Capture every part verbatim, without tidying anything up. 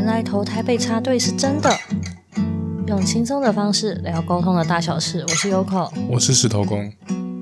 来投台北插队是真的，用轻松的方式聊沟通的大小事。我是 Yoko， 我是石头公。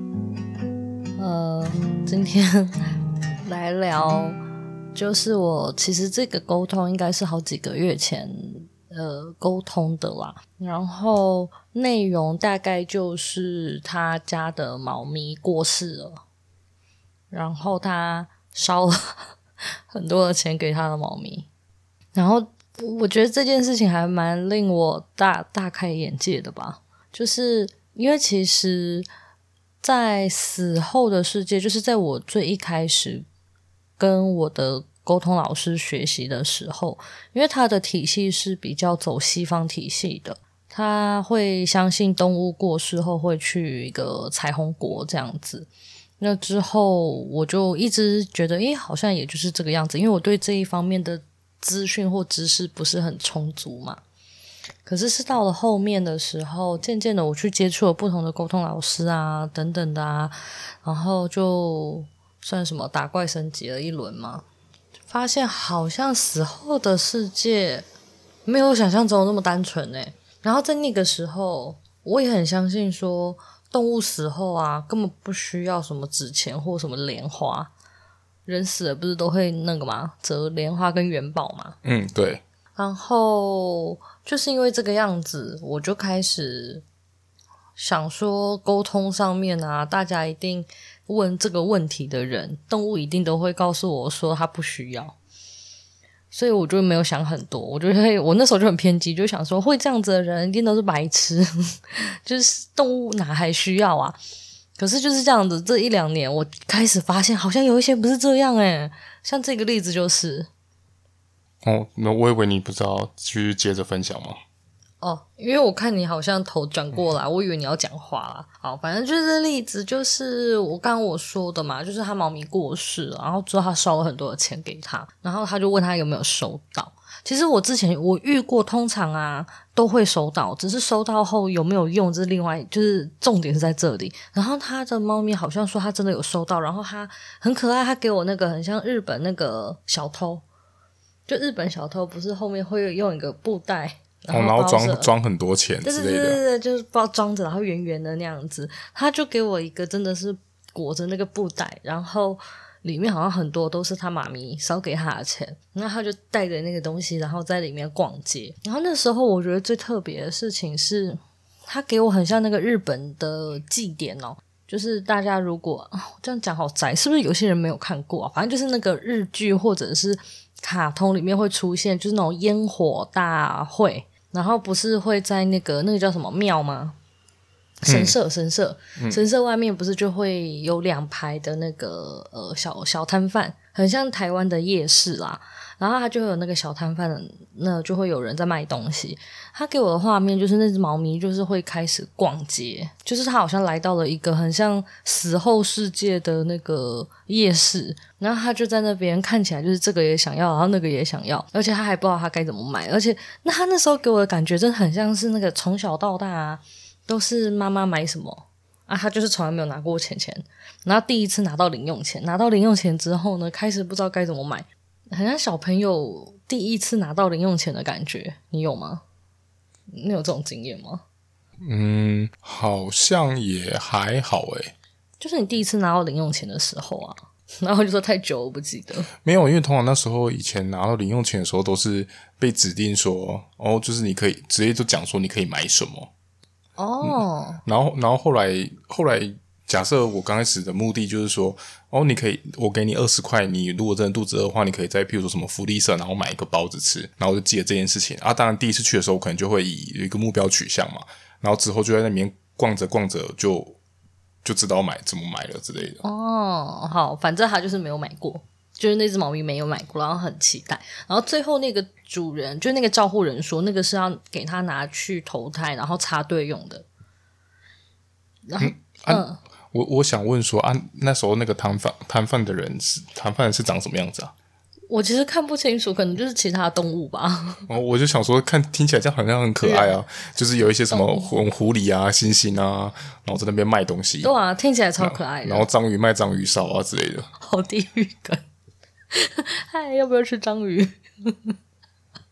呃，今天来聊，就是我其实这个沟通应该是好几个月前呃沟通的啦，然后内容大概就是他家的猫咪过世了，然后他烧了很多的钱给他的猫咪，然后我觉得这件事情还蛮令我大大开眼界的吧，就是因为其实在死后的世界，就是在我最一开始跟我的沟通老师学习的时候，因为他的体系是比较走西方体系的，他会相信动物过世后会去一个彩虹国这样子。那之后我就一直觉得诶好像也就是这个样子，因为我对这一方面的资讯或知识不是很充足嘛。可是是到了后面的时候，渐渐的我去接触了不同的沟通老师啊等等的啊，然后就算什么打怪升级了一轮嘛，发现好像死后的世界没有想象中那么单纯欸。然后在那个时候我也很相信说动物死后啊根本不需要什么纸钱或什么莲花，人死了不是都会那个吗？折莲花跟元宝嘛。 嗯，对。 然后就是因为这个样子，我就开始想说沟通上面啊，大家一定问这个问题的人，动物一定都会告诉我说他不需要，所以我就没有想很多，我就会我那时候就很偏激，就想说会这样子的人一定都是白痴就是动物哪还需要啊。可是就是这样子，这一两年我开始发现好像有一些不是这样诶，像这个例子就是哦，那我以为你不知道继续接着分享吗？ 哦，因为我看你好像头转过来，我以为你要讲话啦。好，反正就是这例子就是我刚刚我说的嘛，就是他猫咪过世了，然后之后他烧了很多的钱给他，然后他就问他有没有收到。其实我之前我遇过，通常啊都会收到，只是收到后有没有用这是另外，就是重点是在这里。然后他的猫咪好像说他真的有收到，然后他很可爱，他给我那个很像日本那个小偷，就日本小偷不是后面会用一个布袋然后, 哦、然后装装很多钱之类的， 对对对对，就是包装着，然后圆圆的那样子。他就给我一个真的是裹着那个布袋，然后里面好像很多都是他妈咪烧给他的钱，然后他就带着那个东西，然后在里面逛街。然后那时候我觉得最特别的事情是，他给我很像那个日本的祭典哦。就是大家如果、哦、这样讲好宅，是不是有些人没有看过啊？反正就是那个日剧或者是卡通里面会出现，就是那种烟火大会，然后不是会在那个那个叫什么庙吗？神社、嗯、神社、嗯、神社外面不是就会有两排的那个呃小小摊贩，很像台湾的夜市啦。然后他就会有那个小摊贩的，那就会有人在卖东西。他给我的画面就是那只猫咪就是会开始逛街，就是他好像来到了一个很像死后世界的那个夜市，然后他就在那边看起来就是这个也想要，然后那个也想要，而且他还不知道他该怎么买。而且那他那时候给我的感觉真的很像是那个从小到大啊都是妈妈买什么啊，他就是从来没有拿过钱钱，然后第一次拿到零用钱，拿到零用钱之后呢，开始不知道该怎么买，很像小朋友第一次拿到零用钱的感觉，你有吗？你有这种经验吗？ 嗯，好像也还好诶。 就是你第一次拿到零用钱的时候啊，然后就说太久我不记得。 没有，因为通常那时候以前拿到零用钱的时候都是被指定说哦，就是你可以直接就讲说你可以买什么哦、 嗯、然后然后后来后来假设我刚开始的目的就是说哦，你可以我给你二十块，你如果真的肚子饿的话，你可以在譬如说什么福利社然后买一个包子吃，然后我就记得这件事情啊。当然第一次去的时候我可能就会以有一个目标取向嘛，然后之后就在那边逛着逛着就就知道买怎么买了之类的。 哦，好，反正他就是没有买过，就是那只猫咪没有买过，然后很期待。然后最后那个主人，就那个照护人说，那个是要给他拿去投胎，然后插队用的。然后，嗯，啊、 嗯我我想问说啊，那时候那个摊贩摊贩的人是摊贩是长什么样子啊？ 我其实看不清楚，可能就是其他动物吧。 哦，我就想说，看听起来这样好像很可爱啊，就是有一些什么狐狐狸啊、猩猩啊，然后在那边卖东西。 对啊，听起来超可爱的。 然后章鱼卖章鱼烧啊之类的。 好地狱感。嗨，要不要吃章鱼？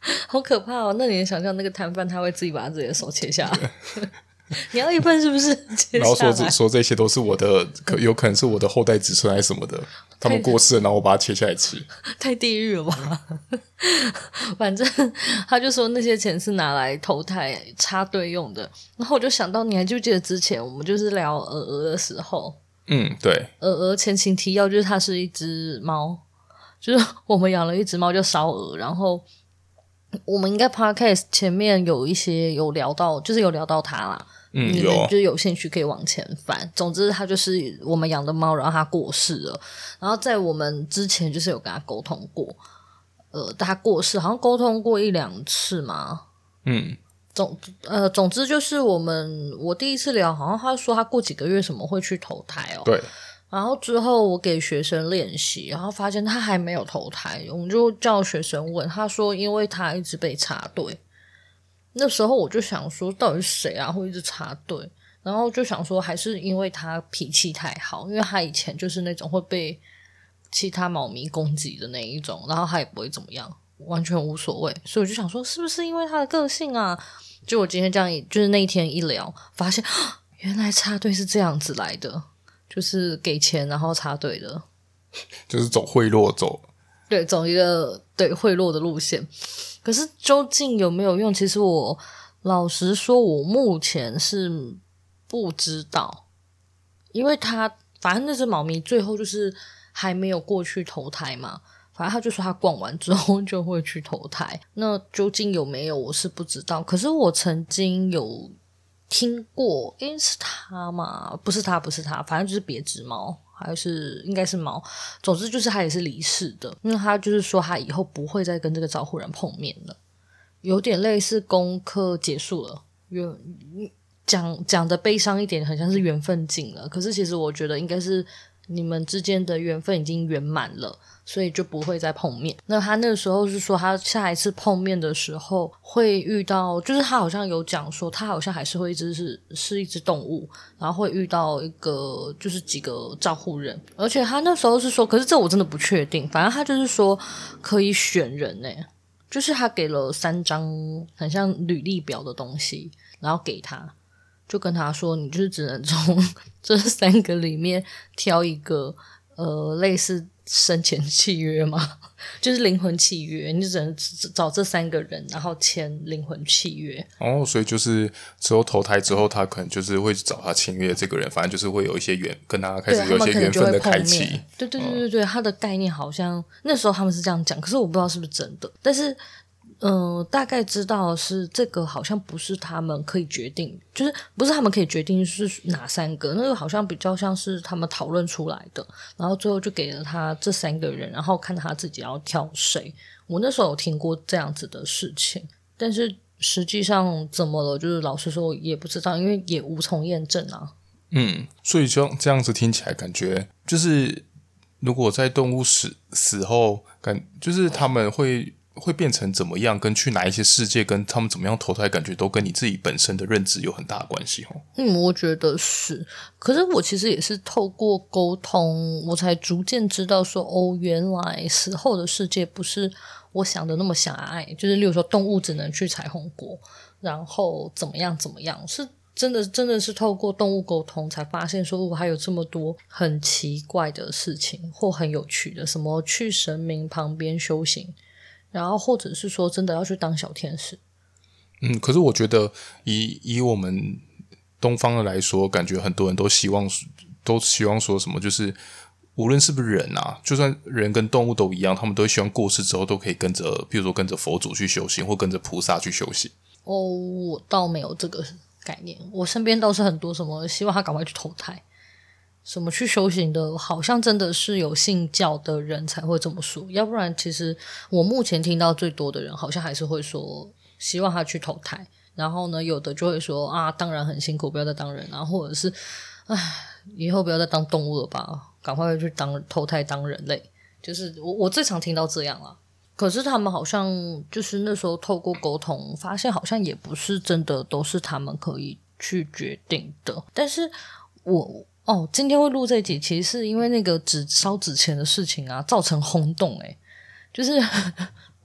好可怕哦！那你能想象那个摊贩他会自己把自己的手切下来？你要一份是不是？切下来然后说这说这些都是我的，可有可能是我的后代子孙还是什么的，他们过世了，然后我把它切下来吃， 太地狱了吧？反正他就说那些钱是拿来投胎插队用的，然后我就想到，你还记不记得之前我们就是聊鹅鹅的时候？ 嗯，对， 鹅鹅前情提要就是它是一只猫，就是我们养了一只猫叫烧鹅，然后我们应该 podcast 前面有一些有聊到，就是有聊到它啦。 嗯， 你有们就是有兴趣可以往前翻。总之，它就是我们养的猫，然后它过世了。然后在我们之前就是有跟它沟通过，呃，它过世好像沟通过一两次嘛。 嗯， 总呃，总之就是我们我第一次聊，好像他说他过几个月什么会去投胎哦。 对。 然后之后我给学生练习，然后发现他还没有投胎，我们就叫学生问，他说因为他一直被插队。那时候我就想说到底是谁啊会一直插队，然后就想说还是因为他脾气太好，因为他以前就是那种会被其他猫咪攻击的那一种，然后他也不会怎么样，完全无所谓，所以我就想说是不是因为他的个性啊。就我今天这样就是那一天一聊发现原来插队是这样子来的，就是给钱然后插队的， 就是走贿赂走对走一个对贿赂的路线。可是究竟有没有用，其实我老实说我目前是不知道，因为他反正那只猫咪最后就是还没有过去投胎嘛，反正他就说他逛完之后就会去投胎，那究竟有没有我是不知道。可是我曾经有听过，诶是他吗？不是他不是他，反正就是别只猫，还是应该是猫，总之就是他也是离世的，因为他就是说他以后不会再跟这个照护人碰面了，有点类似功课结束了，讲讲的悲伤一点很像是缘分尽了，可是其实我觉得应该是你们之间的缘分已经圆满了，所以就不会再碰面。那他那个时候是说他下一次碰面的时候会遇到，就是他好像有讲说他好像还是会一直是是一只动物，然后会遇到一个就是几个照护人，而且他那时候是说，可是这我真的不确定，反正他就是说可以选人耶，就是他给了三张很像履历表的东西，然后给他就跟他说你就是只能从这三个里面挑一个呃类似生前契约嘛，就是灵魂契约，你只能找这三个人然后签灵魂契约。 哦，所以就是之后投胎之后他可能就是会找他签约的这个人，反正就是会有一些缘跟他开始有一些缘分的开启。 对对对对对、嗯、他的概念好像那时候他们是这样讲，可是我不知道是不是真的，但是嗯、呃，大概知道的是这个好像不是他们可以决定，就是不是他们可以决定是哪三个，那个好像比较像是他们讨论出来的，然后最后就给了他这三个人，然后看他自己要挑谁。我那时候有听过这样子的事情，但是实际上怎么了，就是老实说也不知道，因为也无从验证啊。 嗯，所以就这样子听起来感觉就是如果在动物死死后感就是他们会会变成怎么样，跟去哪一些世界，跟他们怎么样投胎，感觉都跟你自己本身的认知有很大的关系哦。 嗯，我觉得是。可是我其实也是透过沟通，我才逐渐知道说，哦，原来死后的世界不是我想的那么狭隘，就是例如说动物只能去彩虹国，然后怎么样怎么样，是真的真的是透过动物沟通才发现说，还有这么多很奇怪的事情，或很有趣的，什么去神明旁边修行，然后或者是说真的要去当小天使。 嗯，可是我觉得以以我们东方的来说，感觉很多人都希望都希望说什么，就是无论是不是人啊，就算人跟动物都一样，他们都会希望过世之后都可以跟着，比如说跟着佛祖去修行，或跟着菩萨去修行。 哦，我倒没有这个概念，我身边倒是很多什么希望他赶快去投胎，什么去修行的，好像真的是有信教的人才会这么说，要不然其实我目前听到最多的人好像还是会说希望他去投胎，然后呢有的就会说啊当然很辛苦不要再当人啊，或者是唉以后不要再当动物了吧，赶快去当投胎当人类，就是我我最常听到这样啦。可是他们好像就是那时候透过沟通发现好像也不是真的都是他们可以去决定的。但是我哦今天会录这一集其实是因为那个纸烧纸钱的事情啊造成轰动诶、欸、就是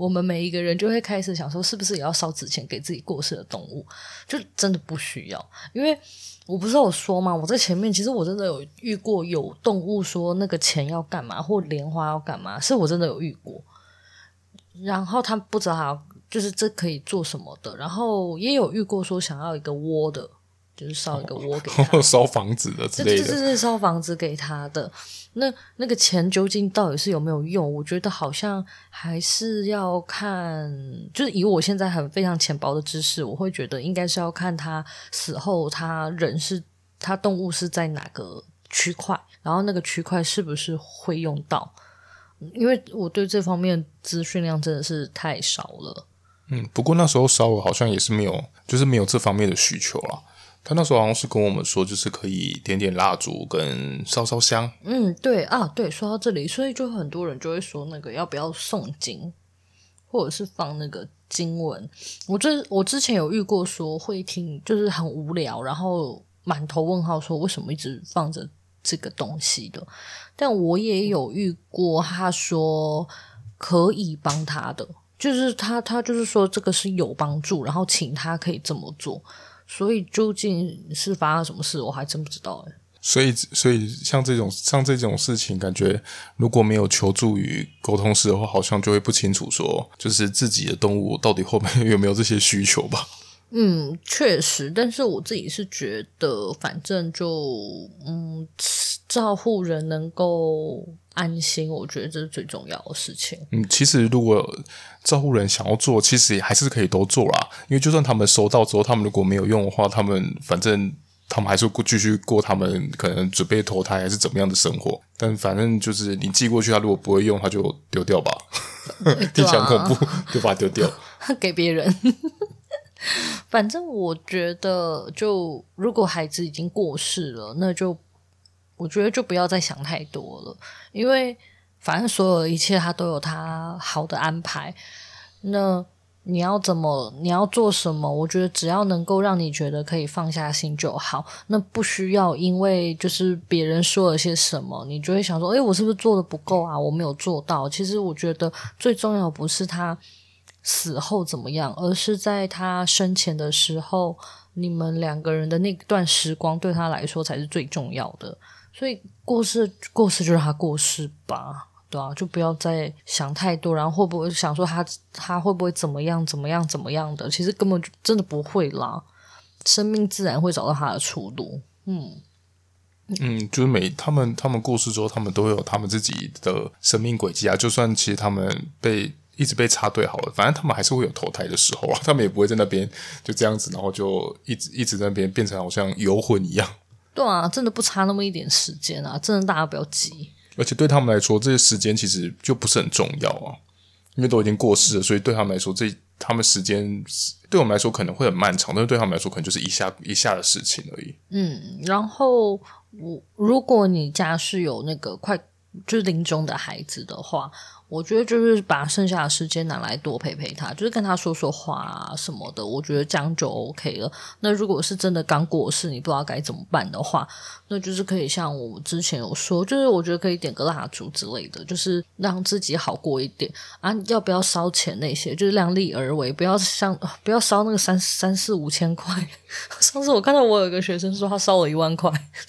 我们每一个人就会开始想说，是不是也要烧纸钱给自己过世的动物？就真的不需要，因为我不是有说吗？我在前面其实我真的有遇过有动物说那个钱要干嘛，或莲花要干嘛，是我真的有遇过。然后他不知道他就是这可以做什么的，然后也有遇过说想要一个窝的，就是烧一个窝给他， 烧房子的之类的， 这这是烧房子给他的。那那个钱究竟到底是有没有用？我觉得好像还是要看，就是以我现在很非常浅薄的知识，我会觉得应该是要看他死后他人是他动物是在哪个区块，然后那个区块是不是会用到。因为我对这方面资讯量真的是太少了。 嗯，不过那时候烧鹅好像也是没有，就是没有这方面的需求啦。他那时候好像是跟我们说，就是可以点点蜡烛跟烧烧香。 嗯，对啊，对，说到这里，所以就很多人就会说，那个要不要诵经，或者是放那个经文。我这我之前有遇过说会听，就是很无聊，然后满头问号，说为什么一直放着这个东西的。但我也有遇过，他说可以帮他的，就是他他就是说这个是有帮助，然后请他可以这么做。所以究竟是发生什么事，我还真不知道诶。 所以，所以像这种像这种事情，感觉如果没有求助于沟通师的话，好像就会不清楚说，就是自己的动物到底后面有没有这些需求吧。 嗯，确实，但是我自己是觉得，反正就嗯，照护人能够安心，我觉得这是最重要的事情。 嗯，其实如果照护人想要做，其实也还是可以都做啦。因为就算他们收到之后，他们如果没有用的话，他们反正他们还是会继续过他们可能准备投胎还是怎么样的生活。但反正就是你寄过去，他如果不会用，他就丢掉吧。听起来很恐怖，就把它丢掉， 给别人。反正我觉得就如果孩子已经过世了，那就我觉得就不要再想太多了，因为反正所有的一切他都有他好的安排。那你要怎么你要做什么，我觉得只要能够让你觉得可以放下心就好。那不需要因为就是别人说了些什么，你就会想说诶，我是不是做的不够啊，我没有做到。其实我觉得最重要不是他死后怎么样，而是在他生前的时候，你们两个人的那段时光对他来说才是最重要的。所以过世过世就让他过世吧，对啊，就不要再想太多，然后会不会想说他他会不会怎么样怎么样怎么样的，其实根本就真的不会啦，生命自然会找到他的出路。嗯嗯，就是每他们他们过世之后，他们都会有他们自己的生命轨迹啊。就算其实他们被一直被插队好了，反正他们还是会有投胎的时候啊。他们也不会在那边就这样子，然后就一直一直在那边变成好像游魂一样。 对啊，真的不差那么一点时间啊，真的大家不要急。 而且对他们来说，这些时间其实就不是很重要啊，因为都已经过世了，所以对他们来说，这他们时间对我们来说可能会很漫长，但是对他们来说可能就是一下一下的事情而已。 嗯，然后我如果你家是有那个快就是临终的孩子的话，我觉得就是把剩下的时间拿来多陪陪他，就是跟他说说话啊什么的，我觉得这样就 OK 了。那如果是真的刚过世你不知道该怎么办的话，那就是可以像我之前有说，就是我觉得可以点个蜡烛之类的，就是让自己好过一点啊。要不要烧钱那些就是量力而为，不要像不要烧那个三三四五千块。上次我看到我有一个学生说他烧了一万块。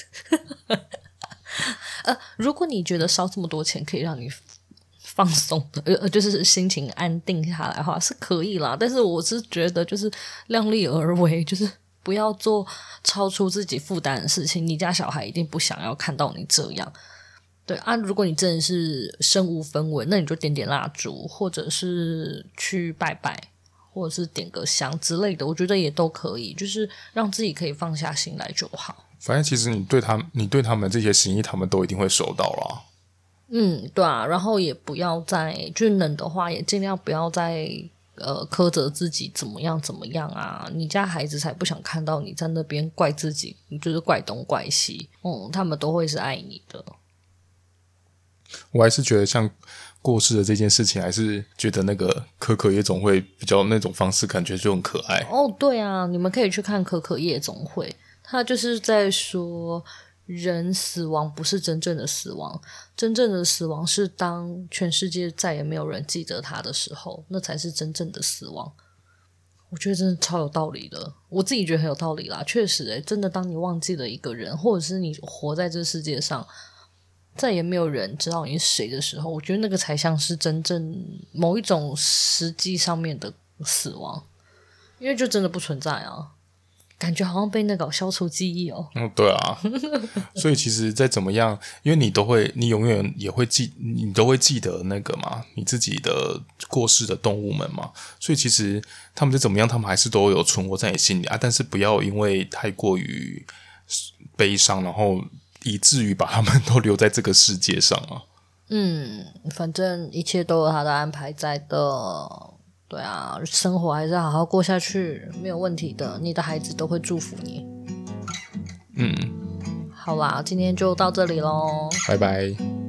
呃，如果你觉得烧这么多钱可以让你放松的，呃，就是心情安定下来的话，是可以啦。但是我是觉得，就是量力而为，就是不要做超出自己负担的事情。你家小孩一定不想要看到你这样，对啊。如果你真的是身无分文，那你就点点蜡烛，或者是去拜拜，或者是点个香之类的，我觉得也都可以，就是让自己可以放下心来就好。 反正其实你对他你对他们这些心意，他们都一定会收到啦。 嗯，对啊，然后也不要再就是冷的话，也尽量不要再呃苛责自己怎么样怎么样啊。你家孩子才不想看到你在那边怪自己，就是怪东怪西。嗯，他们都会是爱你的。 我还是觉得像过世的这件事情，还是觉得那个可可夜总会比较那种方式，感觉就很可爱。 哦，对啊，你们可以去看可可夜总会。他就是在说， 人死亡不是真正的死亡，真正的死亡是当全世界再也没有人记得他的时候，那才是真正的死亡。我觉得真的超有道理的，我自己觉得很有道理啦。确实诶，真的当你忘记了一个人，或者是你活在这世界上再也没有人知道你是谁的时候，我觉得那个才像是真正某一种实际上面的死亡，因为就真的不存在啊，感觉好像被那个消除记忆哦。 嗯，对啊，所以其实再怎么样，因为你都会，你永远也会记，你都会记得那个嘛，你自己的过世的动物们嘛，所以其实他们再怎么样，他们还是都有存活在你心里啊。但是不要因为太过于悲伤，然后以至于把他们都留在这个世界上啊。 嗯，反正一切都有他的安排在的。对啊，生活还是好好过下去，没有问题的。你的孩子都会祝福你。 嗯， 好啦，今天就到这里咯， 拜拜。